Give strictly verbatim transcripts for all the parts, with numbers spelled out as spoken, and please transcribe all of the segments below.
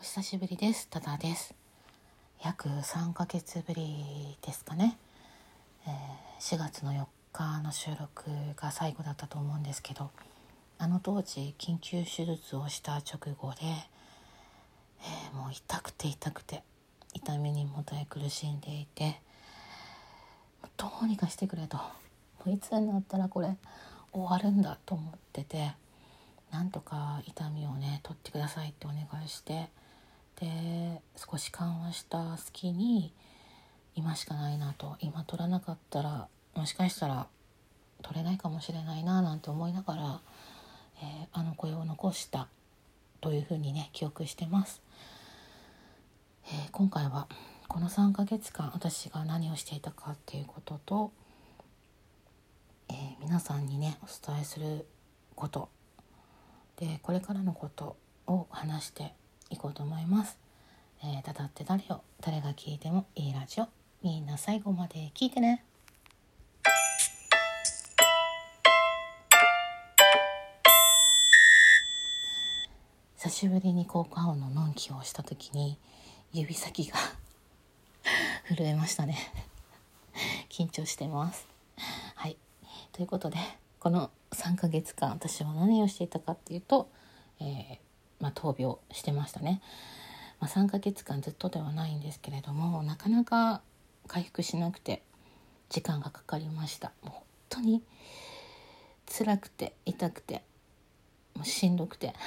お久しぶりです。ただです。約さんかげつぶりですかね、えー、しがつのよっかの収録が最後だったと思うんですけど、あの当時緊急手術をした直後で、えー、もう痛くて痛くて痛みにもたえ苦しんでいて、どうにかしてくれと、もういつになったらこれ終わるんだと思ってて、なんとか痛みをね取ってくださいってお願いして、で少し緩和した隙に今しかないなと、今取らなかったらもしかしたら取れないかもしれないななんて思いながら、えー、あの声を残したというふうにね記憶してます。えー、今回はこのさんかげつかん私が何をしていたかっていうことと、えー、皆さんにねお伝えすることで、これからのことを話していこうと思います。えー、ただって誰よ、誰が聞いてもいいラジオ、みんな最後まで聞いてね。久しぶりに効果音ののんきをした時に指先が震えましたね緊張してます。はい、ということでこのさんかげつかん私は何をしていたかっていうと、えーまあ、闘病してましたね。まあ、さんかげつかんずっとではないんですけれども、なかなか回復しなくて時間がかかりました。もう本当に辛くて痛くてもうしんどくて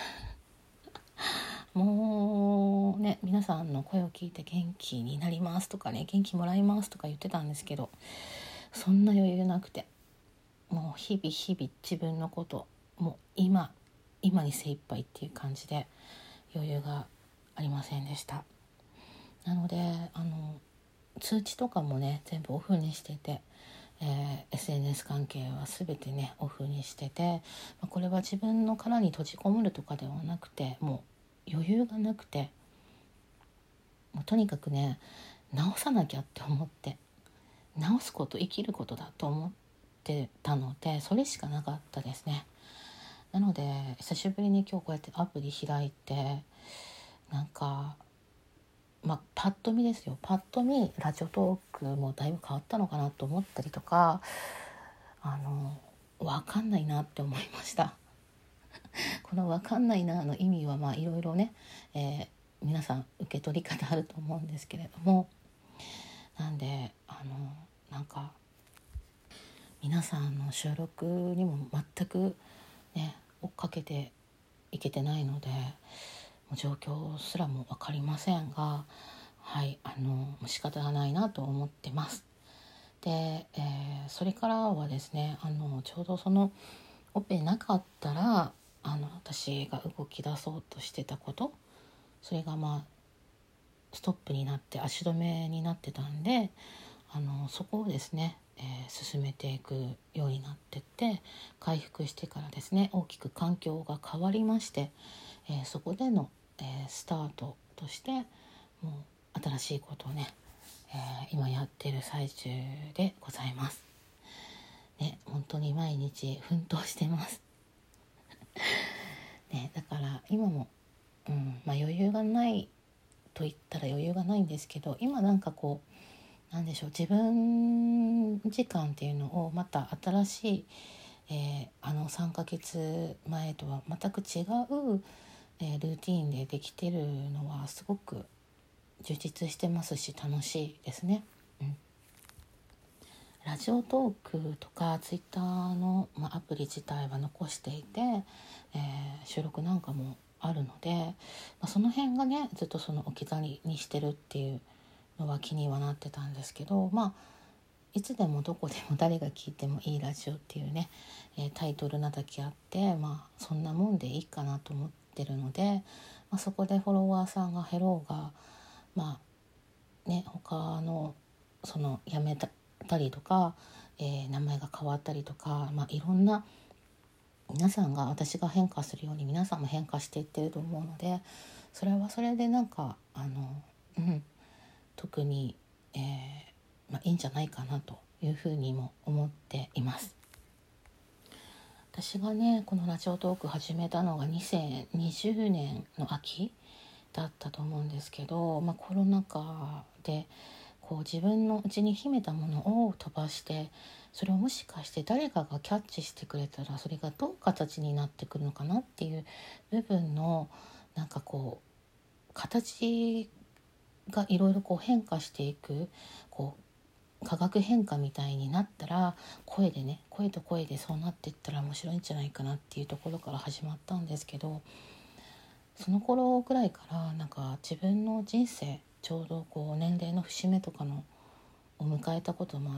もうね、皆さんの声を聞いて元気になりますとかね、元気もらいますとか言ってたんですけど、そんな余裕なくて、もう日々日々自分のこと、もう今今に精一杯っていう感じで余裕がありませんでした。なのであの通知とかもね全部オフにしてて、えー、エスエヌエス 関係は全てねオフにしてて、まあ、これは自分の殻に閉じこもるとかではなくて、もう余裕がなくて、もうとにかくね直さなきゃって思って、直すこと生きることだと思ってたので、それしかなかったですね。なので久しぶりに今日こうやってアプリ開いて、なんかまあ、パッと見ですよパッと見ラジオトークもだいぶ変わったのかなと思ったりとか、あの分かんないなって思いましたこの分かんないなの意味はまあいろいろね、えー、皆さん受け取り方あると思うんですけれども、なんであのなんか皆さんの収録にも全くね追っかけていけてないので、状況すらも分かりませんが、はい、あの仕方がないなと思ってます。で、えー、それからはですね、あのちょうどそのオペなかったらあの私が動き出そうとしてたこと、それがまあストップになって足止めになってたんで、あのそこをですね、えー、進めていくようになってって、回復してからですね大きく環境が変わりまして、えー、そこでの、えー、スタートとしてもう新しいことをね、えー、今やっている最中でございますね。本当に毎日奮闘してますね。だから今も、うんまあ、余裕がないと言ったら余裕がないんですけど、今なんかこうなんでしょう、自分時間っていうのをまた新しい、えー、あのさんかげつまえとは全く違う、えー、ルーティーンでできてるのはすごく充実してますし楽しいですね。うん、ラジオトークとかツイッターの、まあ、アプリ自体は残していて、えー、収録なんかもあるので、まあ、その辺がねずっとその置き去りにしてるっていうのは気にはなってたんですけど、まあいつでもどこでも誰が聞いてもいいラジオっていうね、えー、タイトルなだけあって、まあそんなもんでいいかなと思ってるので、まあ、そこでフォロワーさんが減ろうが、まあね他のそのやめたりとか、えー、名前が変わったりとか、まあ、いろんな皆さんが私が変化するように皆さんも変化していってると思うので、それはそれでなんかあの、うん、特に、えーまあ、いいんじゃないかなというふうにも思っています。私がねこのラジオトーク始めたのがにせんにじゅうねんの秋だったと思うんですけど、まあ、コロナ禍でこう自分の内に秘めたものを飛ばして、それをもしかして誰かがキャッチしてくれたらそれがどう形になってくるのかなっていう部分のなんかこう形がいろいろこう変化していく、こう化学変化みたいになったら、声でね声と声でそうなっていったら面白いんじゃないかなっていうところから始まったんですけど、その頃ぐらいからなんか自分の人生ちょうどこう年齢の節目とかのを迎えたこともあって、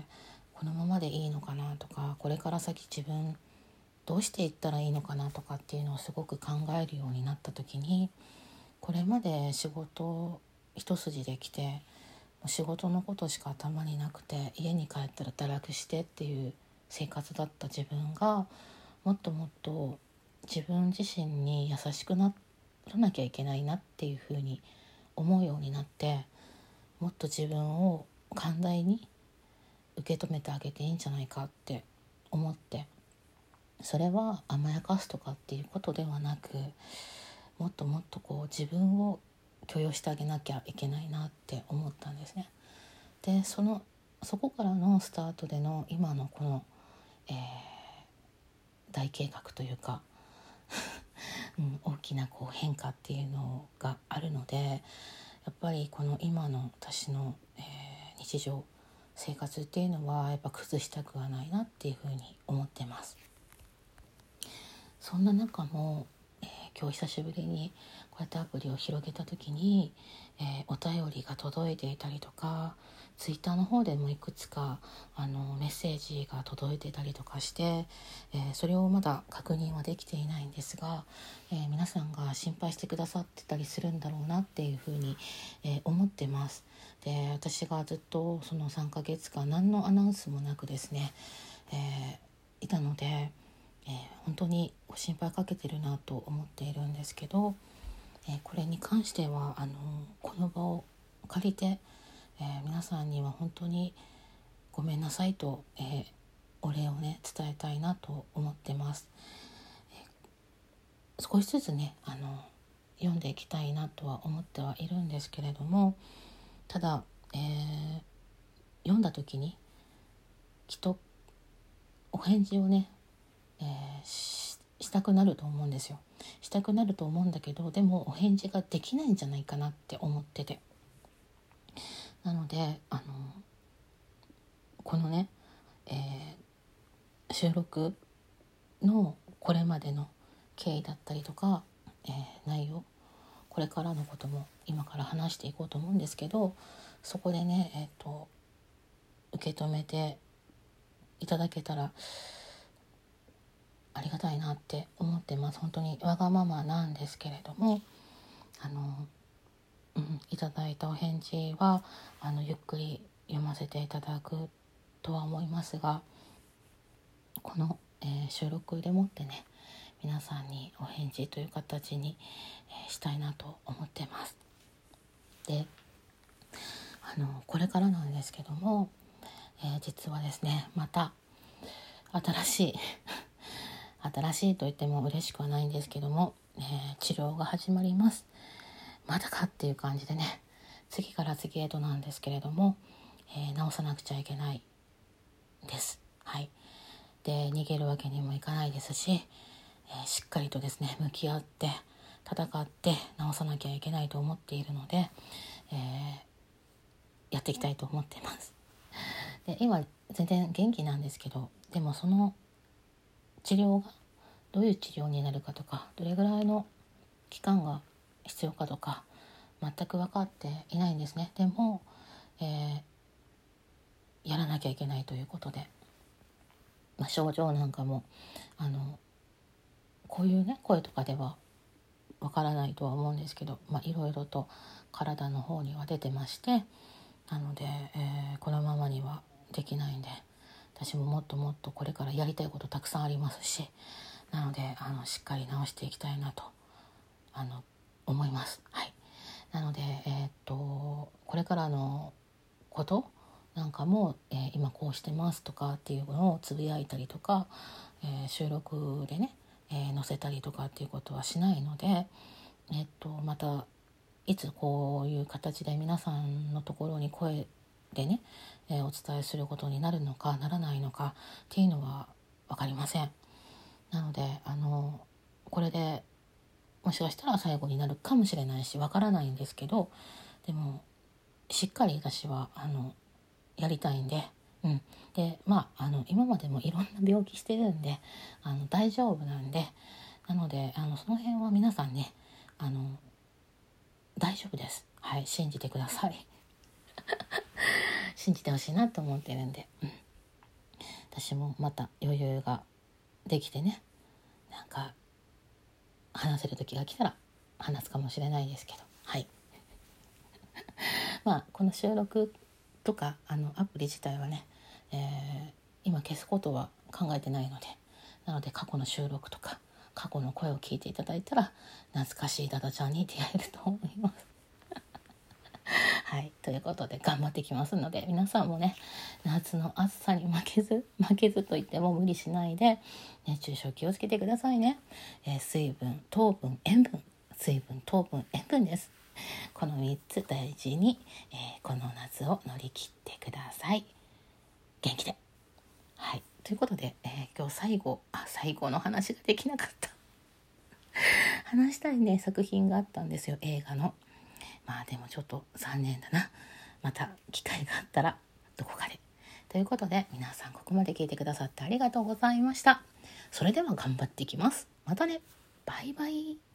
このままでいいのかなとか、これから先自分どうしていったらいいのかなとかっていうのをすごく考えるようになった時に、これまで仕事一筋で来て仕事のことしか頭になくて、家に帰ったら堕落してっていう生活だった自分が、もっともっと自分自身に優しくならなきゃいけないなっていうふうに思うようになって、もっと自分を寛大に受け止めてあげていいんじゃないかって思って、それは甘やかすとかっていうことではなく、もっともっとこう自分を許容してあげなきゃいけないなって思ったんですね。でそのそこからのスタートでの今のこの、えー、大計画というか、うん、大きなこう変化っていうのがあるので、やっぱりこの今の私の、えー、日常生活っていうのはやっぱ崩したくはないなっていうふうに思ってます。そんな中も、えー、今日久しぶりにこうやってアプリを広げた時に、えー、お便りが届いていたりとか、ツイッターの方でもいくつかあのメッセージが届いてたりとかして、えー、それをまだ確認はできていないんですが、えー、皆さんが心配してくださってたりするんだろうなっていうふうに、えー、思ってます。で私がずっとそのさんかげつかん何のアナウンスもなくですね、えー、いたので、えー、本当にご心配かけてるなと思っているんですけど、えー、これに関してはあのこの場を借りて、えー、皆さんには本当にごめんなさいと、えー、お礼をね伝えたいなと思ってます。えー、少しずつねあの読んでいきたいなとは思ってはいるんですけれども、ただ、えー、読んだ時にきっとお返事をね、えー、し, したくなると思うんですよ。したくなると思うんだけど、でもお返事ができないんじゃないかなって思ってて、なのであのこのね、えー、収録のこれまでの経緯だったりとか、えー、内容、これからのことも今から話していこうと思うんですけど、そこでね、えーと、受け止めていただけたらありがたいなって思ってます。本当にわがままなんですけれども、あの、うん、いただいたお返事はあのゆっくり読ませていただくとは思いますが、この、えー、収録でもってね皆さんにお返事という形に、えー、したいなと思ってます。で、あのこれからなんですけども、えー、実はですねまた新しい新しいと言っても嬉しくはないんですけども、えー、治療が始まります。まだかっていう感じでね、次から次へとなんですけれども、えー、治さなくちゃいけないです。はい。で逃げるわけにもいかないですし、えー、しっかりとですね向き合って戦って治さなきゃいけないと思っているので、えー、やっていきたいと思っています。で今全然元気なんですけど、でもその治療がどういう治療になるかとか、どれぐらいの期間が必要かとか全く分かっていないんですね。でも、えー、やらなきゃいけないということで、まあ、症状なんかもあのこういうね声とかではわからないとは思うんですけど、まあ、いろいろと体の方には出てまして、なので、えー、このままにはできないんで、私ももっともっとこれからやりたいことたくさんありますし、なのであのしっかり治していきたいなとあの思います。はい。なので、えー、っとこれからのことなんかも、えー、今こうしてますとかっていうのをつぶやいたりとか、えー、収録でね、えー、載せたりとかっていうことはしないので、えっとまたいつこういう形で皆さんのところに声でね、えー、お伝えすることになるのかならないのかっていうのは分かりません。なのであのこれでもしかしたら最後になるかもしれないし分からないんですけど、でもしっかり私はあのやりたいんで、うん、でまああの今までもいろんな病気してるんであの大丈夫なんで、なのであのその辺は皆さんねあの大丈夫です。はい、信じてください。信じてほしいなと思ってるんで、うん、私もまた余裕ができてね、なんか話せる時が来たら話すかもしれないですけど、はい。まあこの収録とかあのアプリ自体はね、えー、今消すことは考えてないので、なので過去の収録とか過去の声を聞いていただいたら懐かしいダダちゃんに出会えると思います。はい、ということで頑張ってきますので、皆さんもね夏の暑さに負けず負けずといっても無理しないで熱中症気をつけてくださいね。えー、水分、糖分、塩分、水分、糖分、塩分です。このみっつ大事に、えー、この夏を乗り切ってください。元気で。はい、ということで、えー、今日最後あ最後の話ができなかった話したいね作品があったんですよ、映画の。まあでもちょっと残念だな。また機会があったらどこかで。ということで皆さんここまで聞いてくださってありがとうございました。それでは頑張っていきます。またね。バイバイ。